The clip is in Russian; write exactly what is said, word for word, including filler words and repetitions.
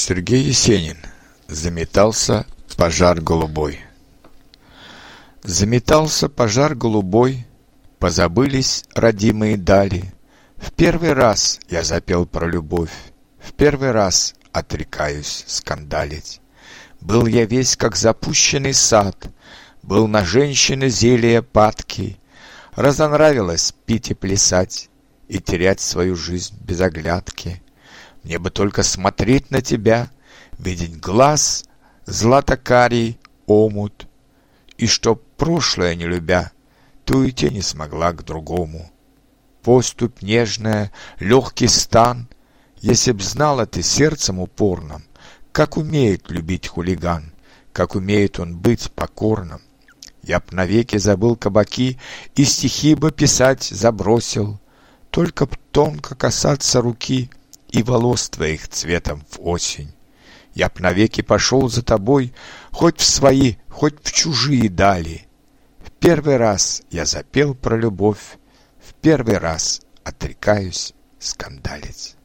Сергей Есенин. Заметался пожар голубой. Заметался пожар голубой, позабылись родимые дали. В первый раз я запел про любовь, в первый раз отрекаюсь скандалить. Был я весь как запущенный сад, был на женщины зелья падкий. Разонравилось пить и плясать, и терять свою жизнь без оглядки. Мне бы только смотреть на тебя, видеть глаз, златокарий омут, и чтоб прошлое не любя, ты уйти не смогла к другому. Поступь нежная, легкий стан, если б знала ты сердцем упорным, как умеет любить хулиган, как умеет он быть покорным. Я б навеки забыл кабаки и стихи бы писать забросил, только б тонко касаться руки и волос твоих цветом в осень. Я б навеки пошел за тобой, хоть в свои, хоть в чужие дали. В первый раз я запел про любовь, в первый раз отрекаюсь скандалить.